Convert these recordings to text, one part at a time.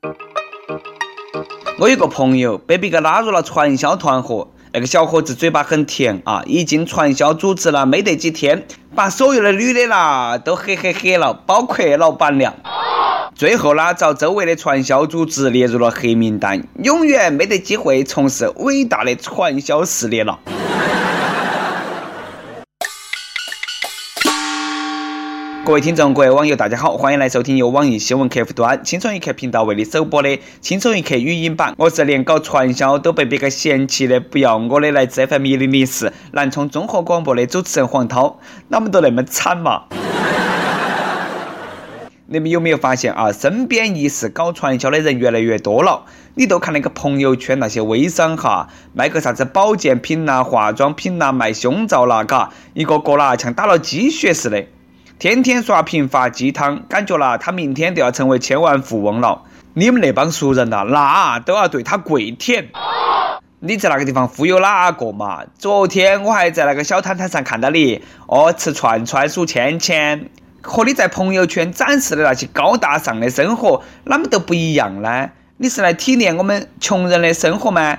我有个朋友被别个拉入了传销团伙，那个小伙子嘴巴很甜啊，一进传销组织了没得几天，把所有的女的啦都嘿了，包括老板娘。最后呢，遭周围的传销组织列入了黑名单，永远没得机会从事伟大的传销事业了。各位听众，各位网友，大家好，欢迎来收听由网易新闻客户端轻松一刻频道为你首播的轻松一刻语音版。我是连搞传销都被别个嫌弃的不要我的来自 FM1004南充综合广播的主持人黄涛，哪们都那么惨嘛？你们有没有发现啊？身边疑似搞传销的人越来越多了。你都看那个朋友圈那些微商哈，卖个啥子保健品啦、化妆品啦、卖胸罩啦，嘎，一个个啦像打了鸡血似的。天天刷屏发鸡汤，感觉啦他明天都要成为千万富翁了。你们那帮熟人呐，那都要对他跪舔。你在那个地方忽悠哪个嘛？昨天我还在那个小摊摊上看到你吃串串数千，和你在朋友圈展示的那些高大上的生活，哪么都不一样呢？你是来体验我们穷人的生活吗？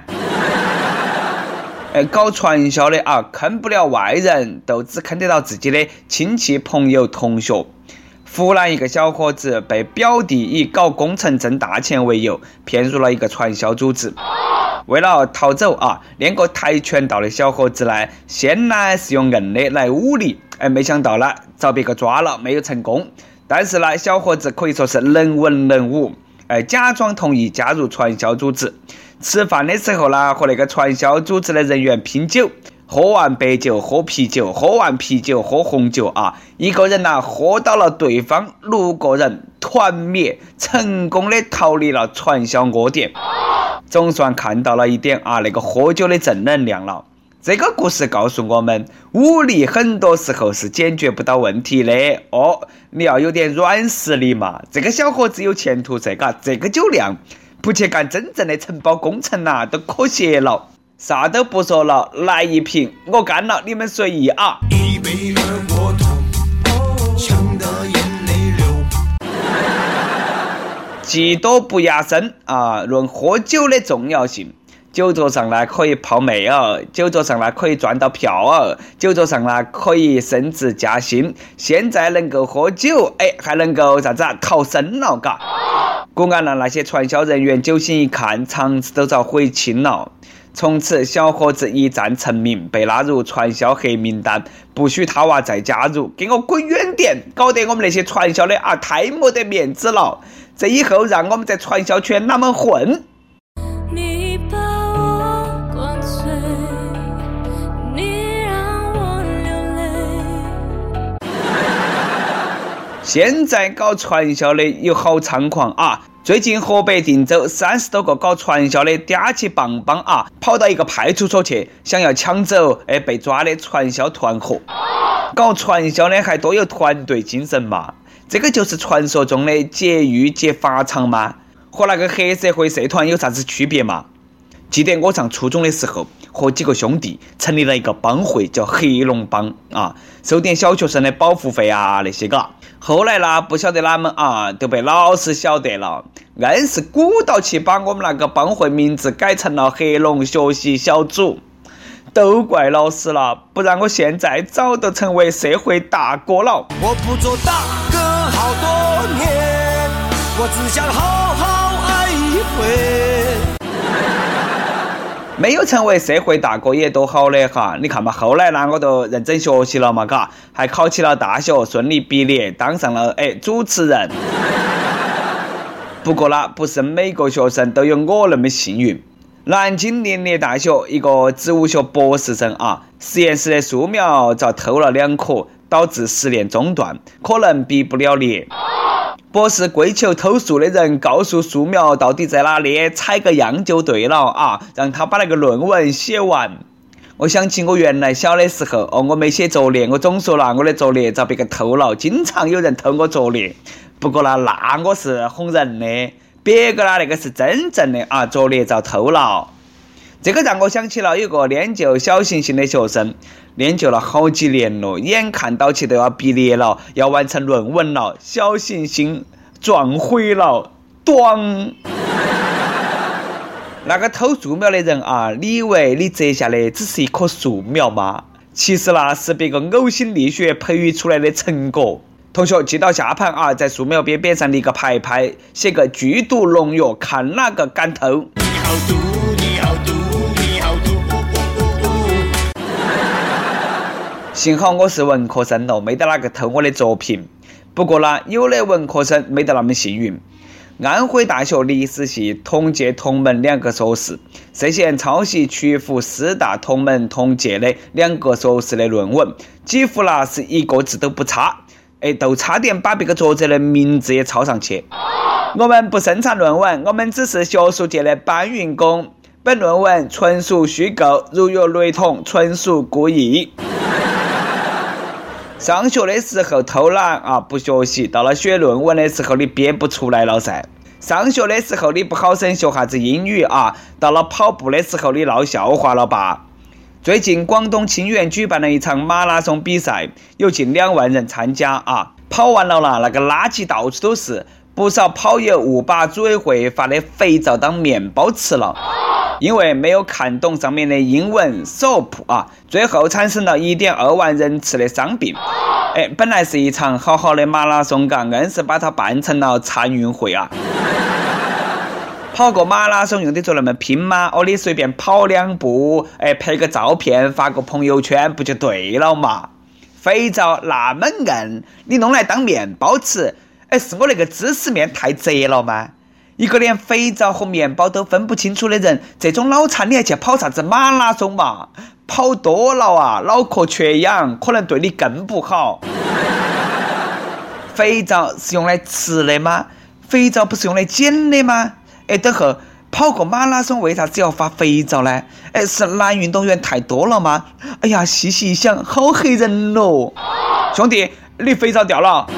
搞传销的啊，坑不了外人，都只坑得到自己的亲戚朋友同学。湖南一个小伙子被表弟以搞工程挣大钱为由骗入了一个传销组织，为了逃走啊，练过跆拳道的小伙子呢，先呢是用硬的来武力，没想到呢遭别个抓了，没有成功。但是呢，小伙子可以说是能文能武，假装同意加入传销组织。吃饭的时候呢，和那个传销组织的人员拼酒，喝完白酒喝啤酒，喝完啤酒喝红酒啊，一个人呢喝到了对方6个人，团灭，成功的逃离了传销窝点。总算看到了一点啊，那个喝酒的正能量了。这个故事告诉我们，武力很多时候是解决不到问题的哦，你要有点软实力嘛。这个小伙子有前途噻，嘎，这个酒量不去干真正的承包工程啊，都可惜了。啥都不说了，来一瓶，我干了，你们随意啊。一杯二锅头，呛得眼泪流。技多不压身啊，论喝酒的重要性。酒桌上呢可以泡妹儿，酒桌上呢可以赚到票儿，酒桌上呢可以升职加薪。现在能够喝酒，还能够啥子啊？逃生了，嘎。果然让那些传销人员酒醒一看，肠子都遭悔青了。从此，小伙子一战成名，被拉入传销黑名单，不许他娃再加入，给我滚远点！搞得我们那些传销的啊，太没得面子了。这以后让我们在传销圈哪么混？你把我灌醉，你让我流泪。现在搞传销的有好猖狂啊！最近河北定州30多个搞传销的嗲起棒棒啊，跑到一个派出所去，想要抢走被抓的传销团伙。搞传销的还多有团队精神嘛？这个就是传说中的劫狱劫法场吗？和那个黑社会社团有啥子区别吗？记得我上初中的时候，和几个兄弟成立了一个帮会，叫黑龙帮啊，收点小学生的保护费啊那些个。后来呢，不晓得哪们啊都被老师晓得了，硬是鼓捣起把我们那个帮会名字改成了黑龙学习小组。都怪老师了，不然我现在早都成为社会大哥了。我不做大哥好多年，我只想好好爱一回。没有成为社会大哥也多好的哈！你看嘛，后来呢，我都认真学习了嘛，嘎，还考起了大学，顺利毕业，当上了主持人。不过呢，不是每个学生都有我那么幸运。南京联联大学一个植物学博士生啊，实验室的树苗遭偷了2棵，导致实验中断，可能毕不了业。博士跪求偷树的人告诉树苗到底在哪里，采个样就对了啊，让他把那个论文写完。我想起我原来小的时候我没写作业，我总说了我的作业遭别个偷了，经常有人偷我作业。不过那我是哄人的，别个那个是真正的啊，作业遭偷了。这个让我想起了有个研究小行星的学生，研究了好几年了，眼看到起都要毕业了，要完成论文了，小行星撞毁了，咣！ 那个偷树苗的人啊，你以为你摘下的只是一棵树苗吗？其实那是别个呕心沥血培育出来的成果。同学记到下盘啊，在树苗边上立个牌牌，写个剧毒农药，看哪个敢偷。你好毒，你好毒，你好毒。幸好我是文科生咯，没得哪个偷我的作品。不过呢，有的文科生没得那么幸运。安徽大学历史系同届同门2个硕士涉嫌抄袭曲阜师大同门同届的2个硕士的论文，几乎呢是一个字都不差，都差点把别个作者的名字也抄上去。我们不生产论文，我们只是学术界的搬运工。本论文纯属虚构，如有雷同，纯属故意。上学的时候偷懒啊，不学习，到了写论文的时候你憋不出来了噻。上学的时候你不好生学下子英语啊，到了跑步的时候你闹笑话了吧？最近广东清远举办了一场马拉松比赛，有近2万人参加啊。跑完了那个垃圾到处都是，不少跑友误把组委会发的肥皂当面包吃了。因为没有看懂上面的英文 soap 啊，最后产生了1.2万人次的伤病。本来是一场好好的马拉松岗，硬是把它办成了残运会啊！跑个马拉松用得着那么拼吗？你随便跑2步，拍个照片发个朋友圈不就对了嘛？肥皂那么硬，你弄来当面包吃，是我那个芝士面太贼了吗？一个连肥皂和面包都分不清楚的人，这种脑残你还去跑啥子马拉松嘛？跑多了啊，脑壳缺氧，可能对你更不好。肥皂是用来吃的吗？肥皂不是用来捡的吗？等会跑个马拉松为啥子要发肥皂呢？是男运动员太多了吗？哎呀，细细一想，好黑人咯。兄弟，你肥皂掉了。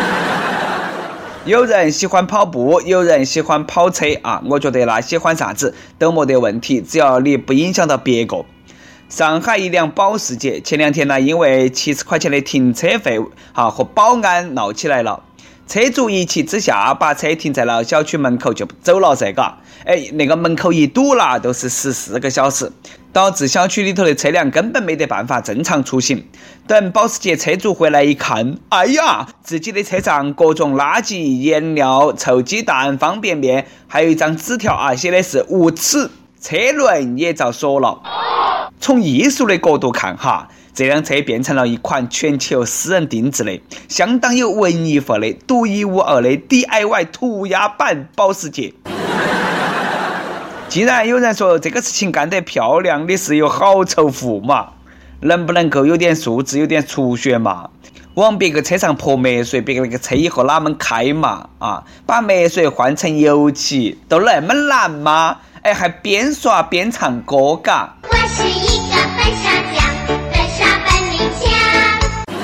有人喜欢跑步，有人喜欢跑车啊！我觉得喜欢啥子都没得问题，只要你不影响到别个。上海一辆保时捷前2天呢，因为70块钱的停车费和保安闹起来了。车主一气之下把车停在了小区门口就走了噻，那个门口一堵了都是14个小时，导致小区里头的车辆根本没得办法正常出行。等保时捷车主回来一看，哎呀，自己的车上各种垃圾、颜料、臭鸡蛋、方便面，还有一张纸条啊，写的是无耻，车轮也遭锁了。从艺术的角度看哈，这辆车变成了一款全球私人定制的、相当有文艺范的、独一无二的 DIY 涂鸦版保时捷。既然有人说这个事情干得漂亮，你是有好仇富嘛？能不能够有点素质，有点出血嘛？往别个车上泼墨水，别个那个车以后哪门开嘛？把墨水换成油漆，都那么难吗？还边刷边唱歌嘎。我是一个本沙匠，本沙本领强。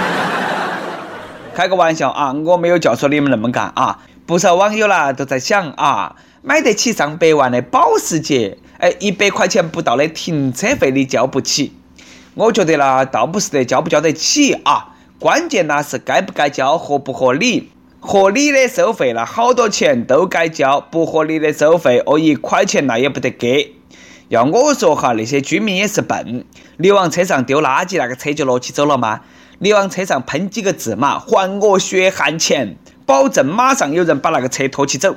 开个玩笑啊，我没有教唆你们那么干啊。不少网友啦都在想啊，买得起上100万的保时捷，100块钱不到的停车费你交不起。我觉得啦，倒不是得交不交得起啊，关键那是该不该交，合不合理。合理的收费了，好多钱都该交；不合理的收费，1块钱那也不得给。要我说哈，那些居民也是笨，你往车上丢垃圾，那个车就挪起走了吗？你往车上喷几个字嘛，还我血汗钱，保证马上有人把那个车拖起走。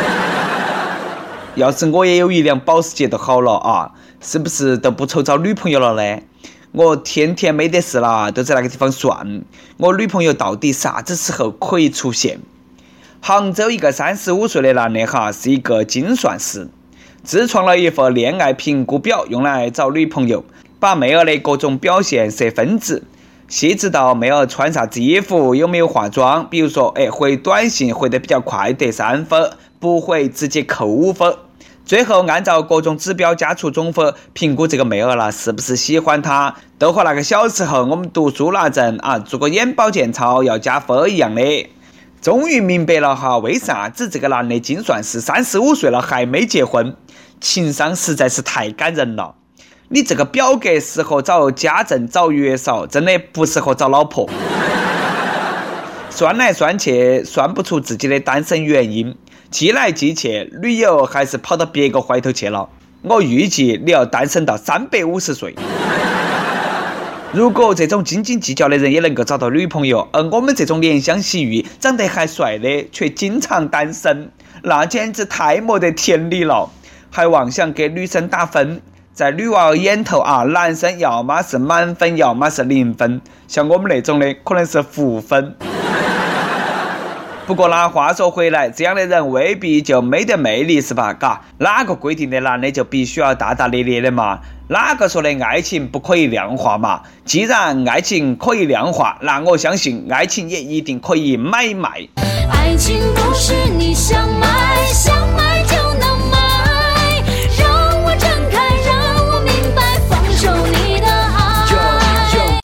要是我也有一辆保时捷就好了啊，是不是都不愁找女朋友了呢？我天天没得事啦，都在那个地方算我女朋友到底啥子时候可以出现。杭州一个35岁的男的哈，是一个精算师，自创了一份恋爱评估表，用来找女朋友，把妹儿的各种表现设分值，细致到妹儿穿啥子衣服，有没有化妆，比如说回短信回得比较快得3分，不回直接扣5分。最后按照各种指标加出总分，评估这个妹儿啦是不是喜欢她，都和那个小时候我们读书那阵做个眼保健操要加分一样的。终于明白了哈，为啥子这个男的精算师35岁了还没结婚，情商实在是太感人了。你这个表格适合找家政找月嫂，真的不适合找老婆。算来算去算不出自己的单身原因， 寄来寄去，女友还是跑到别个怀头去了。我预计你要单身到350岁。如果这种斤斤计较的人也能够找到女朋友，而我们这种怜香惜玉、长得还帅的却经常单身，那简直太没得天理了。还妄想给女生打分，在女娃儿眼头啊，男生要么是满分，要么是0分，像我们那种的可能是负分。不过那话说回来，这样的人未必就没得魅力，是吧？嘎，哪个规定的男的就必须要大大咧咧的嘛？哪个说的爱情不可以量化嘛？既然爱情可以量化，那我相信爱情也一定可以买卖。 爱情不是你想买就能买，让我睁开，让我明白，放手你的爱。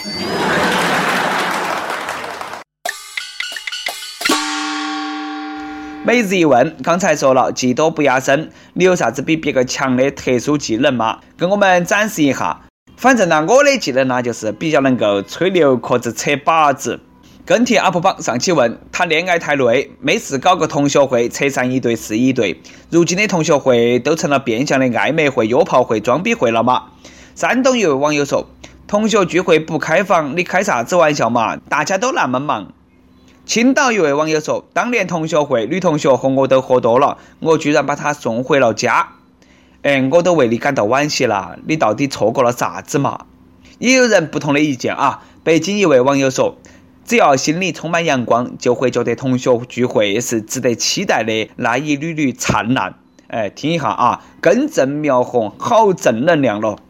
每日一问，刚才说了技多不压身，你有啥子比别个强的特殊技能吗？跟我们展示一下。反正呢，我的技能呢就是比较能够吹牛壳子扯把子。跟帖 UP 榜上期问谈恋爱太累，没事搞个同学会，扯散一对是一对。如今的同学会都成了变相的暧昧会、约炮会、装逼会了吗？山东有位网友说，同学聚会不开房，你开啥子玩笑嘛？大家都那么忙。青岛一位网友说，当年同学会，女同学和我都喝多了，我居然把她送回了家。我都为你感到惋惜了，你到底错过了啥子嘛？也有人不同的意见啊。北京一位网友说，只要心里充满阳光，就会觉得同学聚会是值得期待的那一缕缕灿烂。听一下啊，根正苗红，好正能量咯。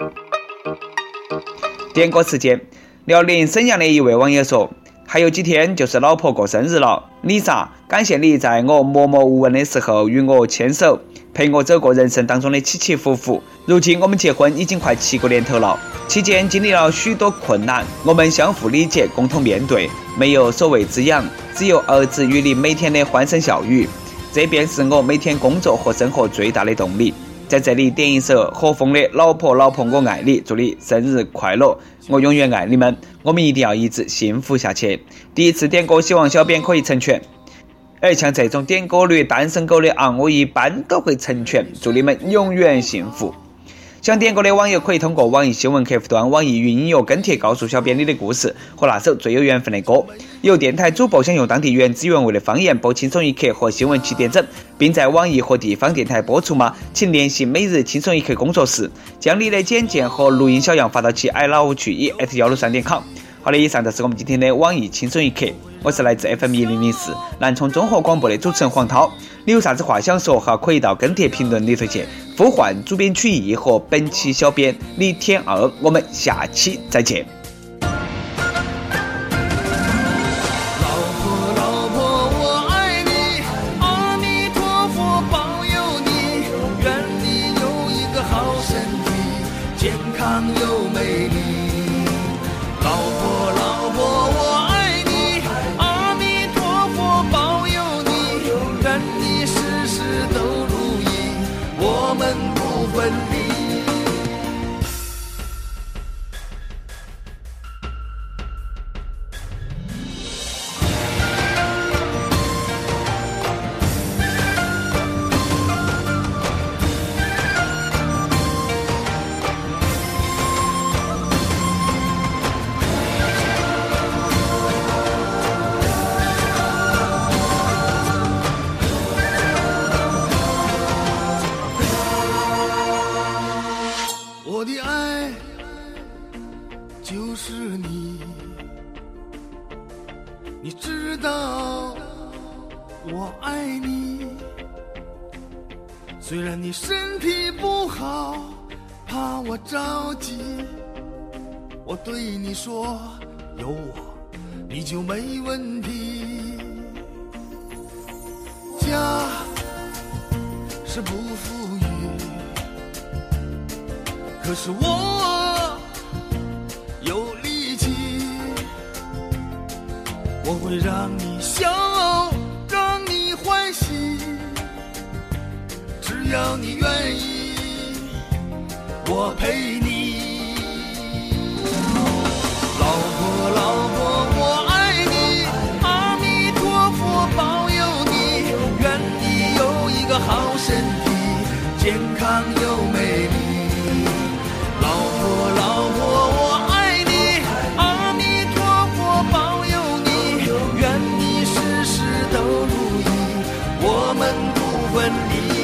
点歌时间，辽宁沈阳的一位网友说，还有几天就是老婆过生日了，丽莎，感谢你在我默默无闻的时候与我牵手，陪我走过人生当中的起起伏伏。如今我们结婚已经快7个年头了，期间经历了许多困难，我们相互理解，共同面对，没有所谓滋养，只有儿子与你每天的欢声笑语，这便是我每天工作和生活最大的动力。在这里点一首何峰的老婆老婆我爱你，祝你生日快乐，我永远爱你们，我们一定要一直幸福下去。第一次点歌，希望小编可以成全。像这种点歌率单身狗的啊，我一般都会成全，祝你们永远幸福。想点歌的网友可以通过网易新闻客户端、网易云音乐跟帖告诉小编你的故事和那首最有缘分的歌。有电台主播想用当地原汁原味的方言播轻松一刻和新闻7点整，并在网易和地方电台播出吗？请联系每日轻松一刻工作室，将你的简介和录音小样发到其@163.com。好的，以上就是我们今天的网易轻松一刻，我是来自 FM1004 南充综合广播的主持人黄涛。你有啥子话想说哈，可以到跟帖评论里头去呼唤主编曲艺和本期小编李天二，我们下期再见。 老婆我爱你，阿弥陀佛保佑你，愿你有一个好身体，健康又美丽。老婆我爱你，阿弥陀佛保佑你，愿你事事都如意，我们不分离。我的爱就是你，你知道我爱你。虽然你身体不好，怕我着急，我对你说，有我你就没问题。家是不富裕，可是我有力气，我会让你笑，让你欢喜，只要你愿意，我陪你。老婆我爱你，阿弥陀佛保佑你，愿你有健康又美丽。老婆老婆我爱你，阿弥陀佛保佑你，愿你事事都如意，我们不分离。